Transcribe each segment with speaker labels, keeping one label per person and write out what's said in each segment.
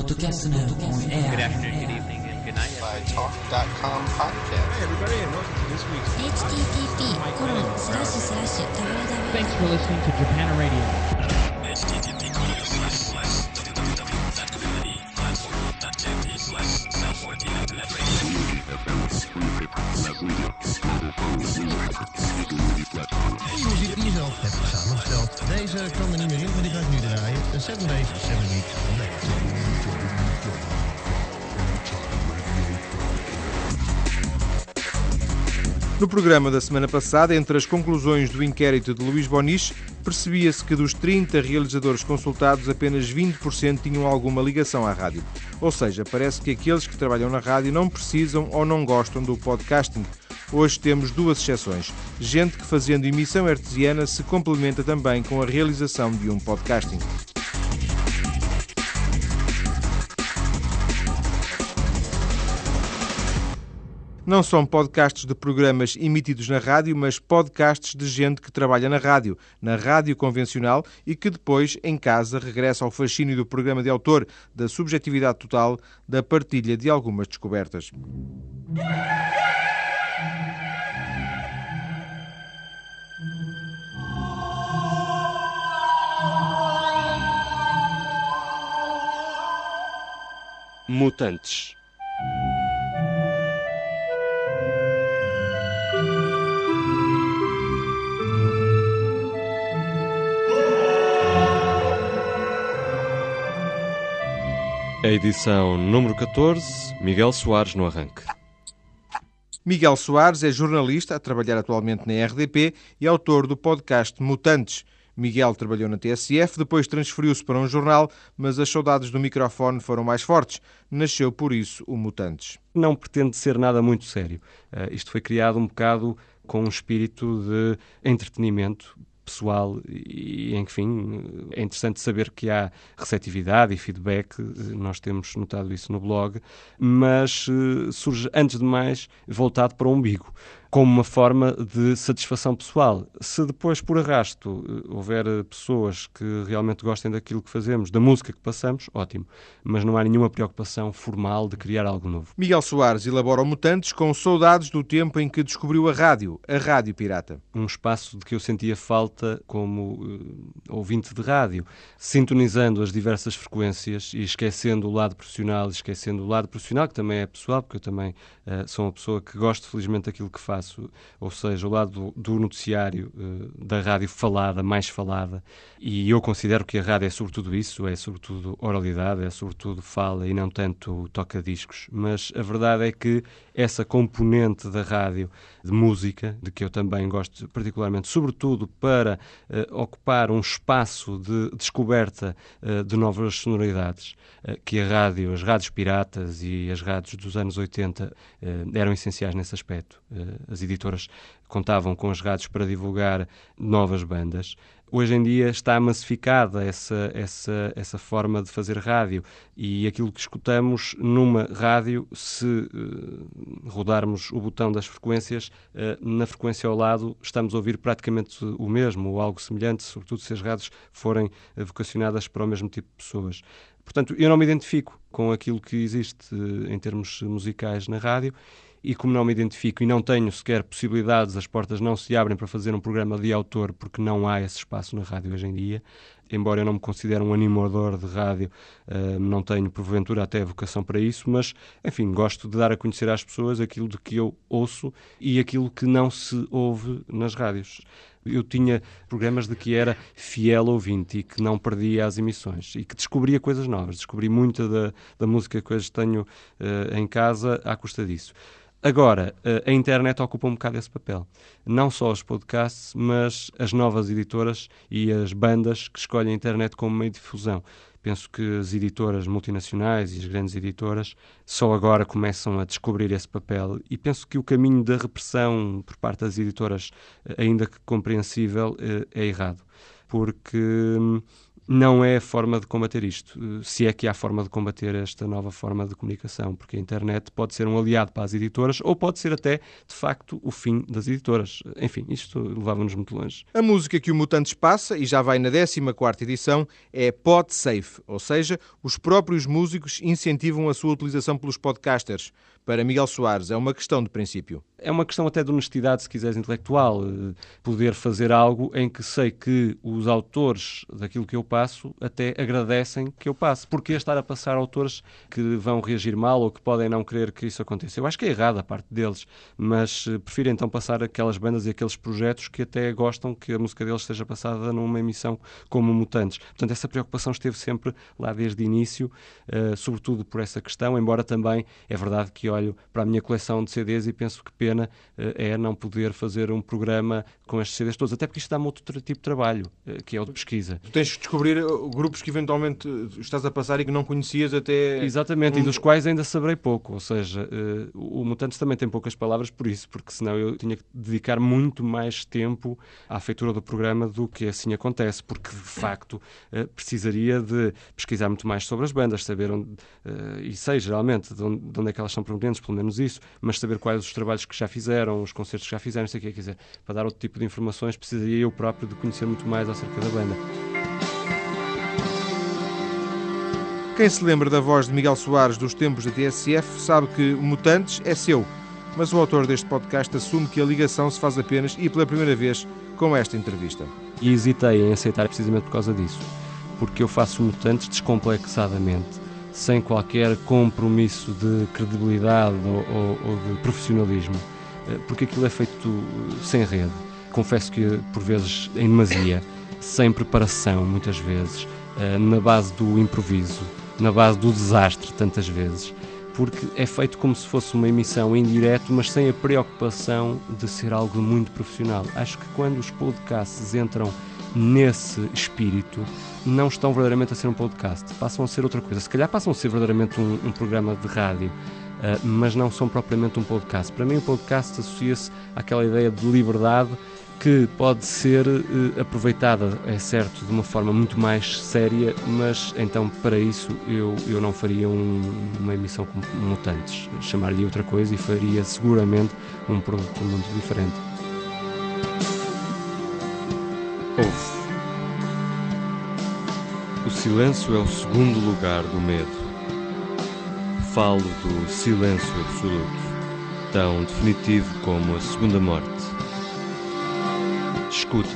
Speaker 1: ポッドキャストのオンエア
Speaker 2: Good afternoon, good evening, and good night.
Speaker 3: By Talk.com podcast.
Speaker 4: Hey everybody, and welcome to this week's
Speaker 5: http://www.
Speaker 6: Thanks for listening to Japan Radio.
Speaker 4: De muziek die je zelf hebt samengesteld. Deze kan er niet meer in, maar die ga ik nu draaien. De 7 Days, 7 Weeks van Dance.
Speaker 7: No programa da semana passada, entre as conclusões do inquérito de Luís Boniche, percebia-se que dos 30 realizadores consultados, apenas 20% tinham alguma ligação à rádio. Ou seja, parece que aqueles que trabalham na rádio não precisam ou não gostam do podcasting. Hoje temos duas exceções. Gente que, fazendo emissão artesiana, se complementa também com a realização de um podcasting. Não são podcasts de programas emitidos na rádio, mas podcasts de gente que trabalha na rádio convencional e que depois, em casa, regressa ao fascínio do programa de autor, da subjetividade total, da partilha de algumas descobertas.
Speaker 8: Mutantes. A edição número 14, Miguel Soares no arranque.
Speaker 7: Miguel Soares é jornalista, a trabalhar atualmente na RDP e autor do podcast Mutantes. Miguel trabalhou na TSF, depois transferiu-se para um jornal, mas as saudades do microfone foram mais fortes. Nasceu, por isso, o Mutantes.
Speaker 8: Não pretende ser nada muito sério. Isto foi criado um bocado com um espírito de entretenimento pessoal e, enfim, é interessante saber que há receptividade e feedback, nós temos notado isso no blog, mas surge, antes de mais, voltado para o umbigo, como uma forma de satisfação pessoal. Se depois, por arrasto, houver pessoas que realmente gostem daquilo que fazemos, da música que passamos, ótimo, mas não há nenhuma preocupação formal de criar algo novo.
Speaker 7: Miguel Soares elabora o Mutantes com saudades do tempo em que descobriu a rádio pirata.
Speaker 8: Um espaço de que eu sentia falta como ouvinte de rádio, sintonizando as diversas frequências e esquecendo o lado profissional, que também é pessoal, porque eu também sou uma pessoa que gosto felizmente daquilo que faço, ou seja, o lado do noticiário, da rádio falada, mais falada, e eu considero que a rádio é sobretudo isso, é sobretudo oralidade, é sobretudo fala e não tanto toca-discos, mas a verdade é que essa componente da rádio de música, de que eu também gosto particularmente, sobretudo para ocupar um espaço de descoberta de novas sonoridades, que as rádios piratas e as rádios dos anos 80 eram essenciais nesse aspecto. As editoras contavam com as rádios para divulgar novas bandas. Hoje em dia está massificada essa forma de fazer rádio e aquilo que escutamos numa rádio, se rodarmos o botão das frequências, na frequência ao lado estamos a ouvir praticamente o mesmo ou algo semelhante, sobretudo se as rádios forem vocacionadas para o mesmo tipo de pessoas. Portanto, eu não me identifico com aquilo que existe em termos musicais na rádio. E como não me identifico e não tenho sequer possibilidades, as portas não se abrem para fazer um programa de autor porque não há esse espaço na rádio hoje em dia, embora eu não me considere um animador de rádio, não tenho porventura até vocação para isso, mas enfim, gosto de dar a conhecer às pessoas aquilo de que eu ouço e aquilo que não se ouve nas rádios. Eu tinha programas de que era fiel ouvinte e que não perdia as emissões e que descobria coisas novas, descobri muita da música que hoje tenho em casa à custa disso. Agora, a internet ocupa um bocado esse papel. Não só os podcasts, mas as novas editoras e as bandas que escolhem a internet como meio de difusão. Penso que as editoras multinacionais e as grandes editoras só agora começam a descobrir esse papel e penso que o caminho da repressão por parte das editoras, ainda que compreensível, é errado. Porque não é a forma de combater isto, se é que há forma de combater esta nova forma de comunicação, porque a internet pode ser um aliado para as editoras ou pode ser até, de facto, o fim das editoras. Enfim, isto levava-nos muito longe.
Speaker 7: A música que o Mutantes passa, e já vai na 14ª edição, é PodSafe, ou seja, os próprios músicos incentivam a sua utilização pelos podcasters. Para Miguel Soares, é uma questão de princípio.
Speaker 8: É uma questão até de honestidade, se quiseres, intelectual. Poder fazer algo em que sei que os autores daquilo que eu passo até agradecem que eu passe. Porque estar a passar autores que vão reagir mal ou que podem não querer que isso aconteça? Eu acho que é errado a parte deles, mas prefiro então passar aquelas bandas e aqueles projetos que até gostam que a música deles seja passada numa emissão como Mutantes. Portanto, essa preocupação esteve sempre lá desde o início, sobretudo por essa questão, embora também é verdade que olho para a minha coleção de CDs e penso que pena é não poder fazer um programa com estes CDs todos, até porque isto dá-me outro tipo de trabalho, que é o de pesquisa.
Speaker 7: Tu tens que descobrir grupos que eventualmente estás a passar e que não conhecias até...
Speaker 8: Exatamente, e dos quais ainda saberei pouco, ou seja, o Mutantes também tem poucas palavras por isso, porque senão eu tinha que dedicar muito mais tempo à feitura do programa do que assim acontece, porque de facto precisaria de pesquisar muito mais sobre as bandas, saber onde, e sei geralmente de onde é que elas são provenientes, pelo menos isso, mas saber quais os trabalhos que já fizeram, os concertos que já fizeram, não sei o que é, quer dizer, para dar outro tipo de informações precisaria eu próprio de conhecer muito mais acerca da banda.
Speaker 7: Quem se lembra da voz de Miguel Soares dos tempos da TSF sabe que o Mutantes é seu, mas o autor deste podcast assume que a ligação se faz apenas e pela primeira vez com esta entrevista.
Speaker 8: E hesitei em aceitar precisamente por causa disso, porque eu faço Mutantes descomplexadamente, sem qualquer compromisso de credibilidade ou de profissionalismo, porque aquilo é feito sem rede. Confesso que, por vezes, em demasia, sem preparação, muitas vezes, na base do improviso, na base do desastre, tantas vezes, porque é feito como se fosse uma emissão em direto, mas sem a preocupação de ser algo muito profissional. Acho que quando os podcasts entram nesse espírito, não estão verdadeiramente a ser um podcast, passam a ser outra coisa. Se calhar passam a ser verdadeiramente um programa de rádio, mas não são propriamente um podcast. Para mim, o podcast associa-se àquela ideia de liberdade que pode ser aproveitada, é certo, de uma forma muito mais séria, mas então para isso eu não faria uma emissão como Mutantes, chamar-lhe outra coisa e faria seguramente um produto muito diferente.
Speaker 1: Ouve. O silêncio é o segundo lugar do medo. Falo do silêncio absoluto, tão definitivo como a segunda morte. Escuta.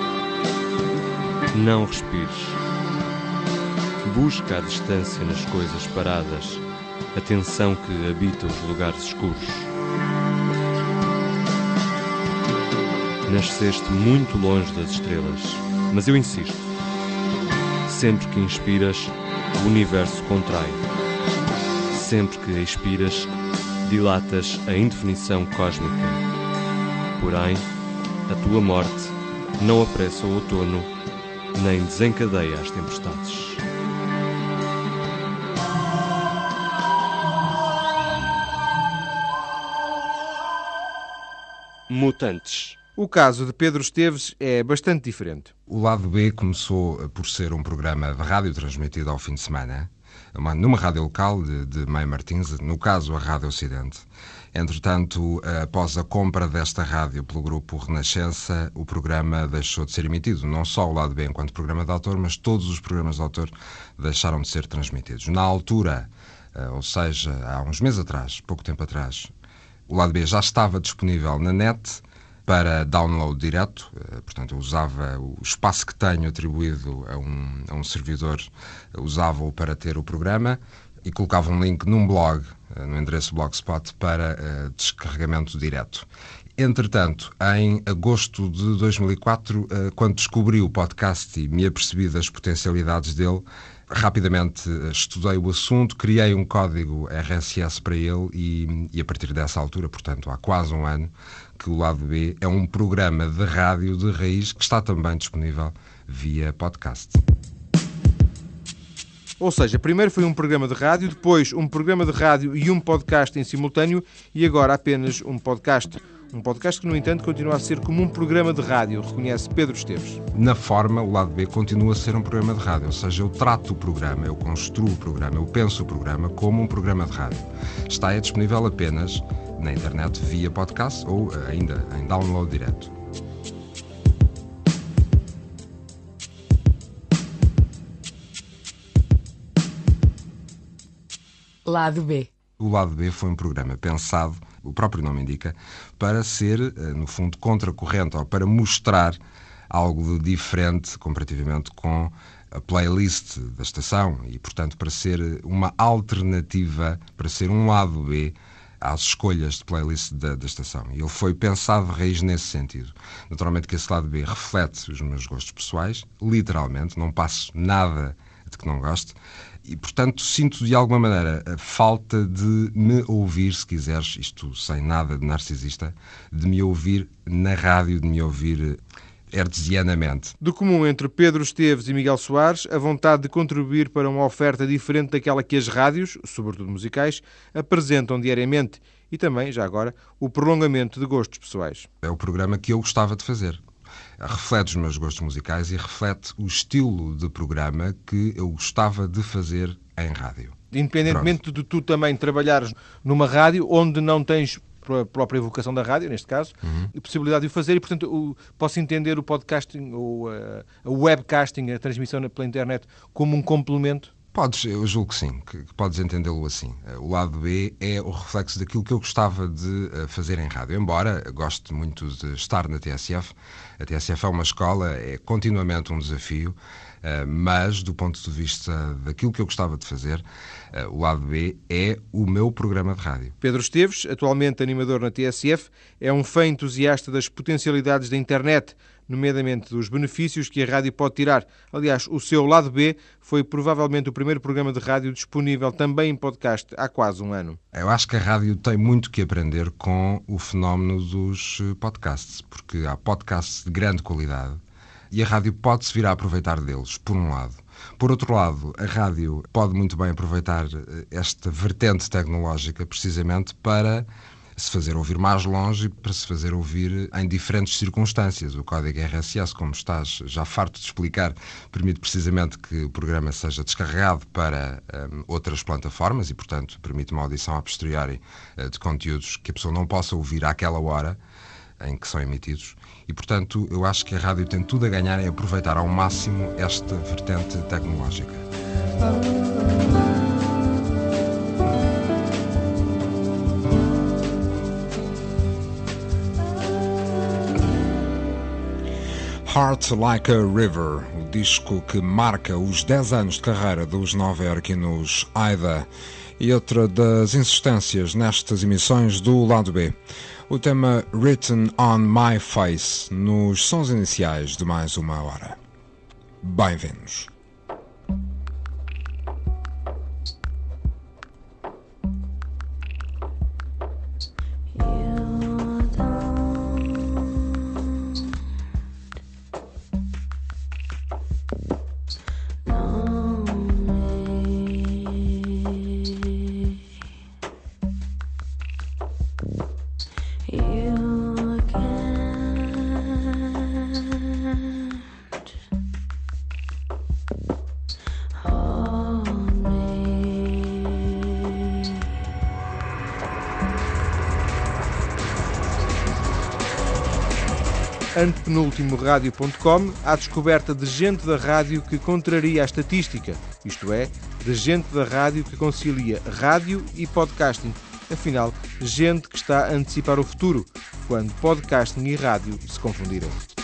Speaker 1: Não respires. Busca a distância nas coisas paradas, a tensão que habita os lugares escuros. Nasceste muito longe das estrelas, mas eu insisto. Sempre que inspiras, o universo contrai. Sempre que expiras, dilatas a indefinição cósmica. Porém, a tua morte não apressa o outono, nem desencadeia as tempestades. Mutantes.
Speaker 7: O caso de Pedro Esteves é bastante diferente.
Speaker 3: O lado B começou por ser um programa de rádio transmitido ao fim de semana, numa rádio local de Meio Martins, no caso a Rádio Ocidente. Entretanto, após a compra desta rádio pelo grupo Renascença, o programa deixou de ser emitido. Não só o lado B enquanto programa de autor, mas todos os programas de autor deixaram de ser transmitidos. Na altura, ou seja, há uns meses atrás, pouco tempo atrás, o lado B já estava disponível na net para download direto, portanto eu usava o espaço que tenho atribuído a um servidor, usava-o para ter o programa e colocava um link num blog, no endereço Blogspot, para descarregamento direto. Entretanto, em agosto de 2004, quando descobri o podcast e me apercebi das potencialidades dele, rapidamente estudei o assunto, criei um código RSS para ele e a partir dessa altura, portanto há quase um ano, que o Lado B é um programa de rádio de raiz que está também disponível via podcast.
Speaker 7: Ou seja, primeiro foi um programa de rádio, depois um programa de rádio e um podcast em simultâneo e agora apenas um podcast. Um podcast que, no entanto, continua a ser como um programa de rádio, reconhece Pedro Esteves.
Speaker 3: Na forma, o Lado B continua a ser um programa de rádio, ou seja, eu trato o programa, eu construo o programa, eu penso o programa como um programa de rádio. Está disponível apenas na internet via podcast ou ainda em download direto.
Speaker 5: Lado B.
Speaker 3: O Lado B foi um programa pensado, o próprio nome indica, para ser, no fundo, contracorrente ou para mostrar algo de diferente comparativamente com a playlist da estação e, portanto, para ser uma alternativa, para ser um lado B às escolhas de playlist da estação. E ele foi pensado de raiz nesse sentido. Naturalmente que esse lado B reflete os meus gostos pessoais, literalmente, não passo nada de que não goste, e, portanto, sinto de alguma maneira a falta de me ouvir, se quiseres, isto sem nada de narcisista, de me ouvir na rádio, de me ouvir hertzianamente.
Speaker 7: De comum entre Pedro Esteves e Miguel Soares, a vontade de contribuir para uma oferta diferente daquela que as rádios, sobretudo musicais, apresentam diariamente e também, já agora, o prolongamento de gostos pessoais.
Speaker 3: É o programa que eu gostava de fazer. Reflete os meus gostos musicais e reflete o estilo de programa que eu gostava de fazer em rádio.
Speaker 7: Independentemente de tu também trabalhares numa rádio onde não tens a própria vocação da rádio, neste caso, a possibilidade de o fazer e, portanto, posso entender o podcasting ou a webcasting, a transmissão pela internet, como um complemento?
Speaker 3: Podes, eu julgo que sim, que podes entendê-lo assim. O lado B é o reflexo daquilo que eu gostava de fazer em rádio. Embora goste muito de estar na TSF, a TSF é uma escola, é continuamente um desafio, mas do ponto de vista daquilo que eu gostava de fazer, o lado B é o meu programa de rádio.
Speaker 7: Pedro Esteves, atualmente animador na TSF, é um fã entusiasta das potencialidades da internet, nomeadamente dos benefícios que a rádio pode tirar. Aliás, o seu Lado B foi provavelmente o primeiro programa de rádio disponível também em podcast há quase um ano.
Speaker 3: Eu acho que a rádio tem muito que aprender com o fenómeno dos podcasts, porque há podcasts de grande qualidade e a rádio pode-se vir a aproveitar deles, por um lado. Por outro lado, a rádio pode muito bem aproveitar esta vertente tecnológica precisamente para se fazer ouvir mais longe e para se fazer ouvir em diferentes circunstâncias. O código RSS, como estás já farto de explicar, permite precisamente que o programa seja descarregado para outras plataformas e, portanto, permite uma audição a posteriori de conteúdos que a pessoa não possa ouvir àquela hora em que são emitidos. E, portanto, eu acho que a rádio tem tudo a ganhar em aproveitar ao máximo esta vertente tecnológica. Heart Like a River, o disco que marca os 10 anos de carreira dos nova-iorquinos Aida e outra das insistências nestas emissões do Lado B. O tema Written on My Face nos sons iniciais de mais uma hora. Bem-vindos.
Speaker 7: Antepenúltimo rádio.com, à descoberta de gente da rádio que contraria a estatística, isto é, de gente da rádio que concilia rádio e podcasting. Afinal, gente que está a antecipar o futuro, quando podcasting e rádio se confundirem.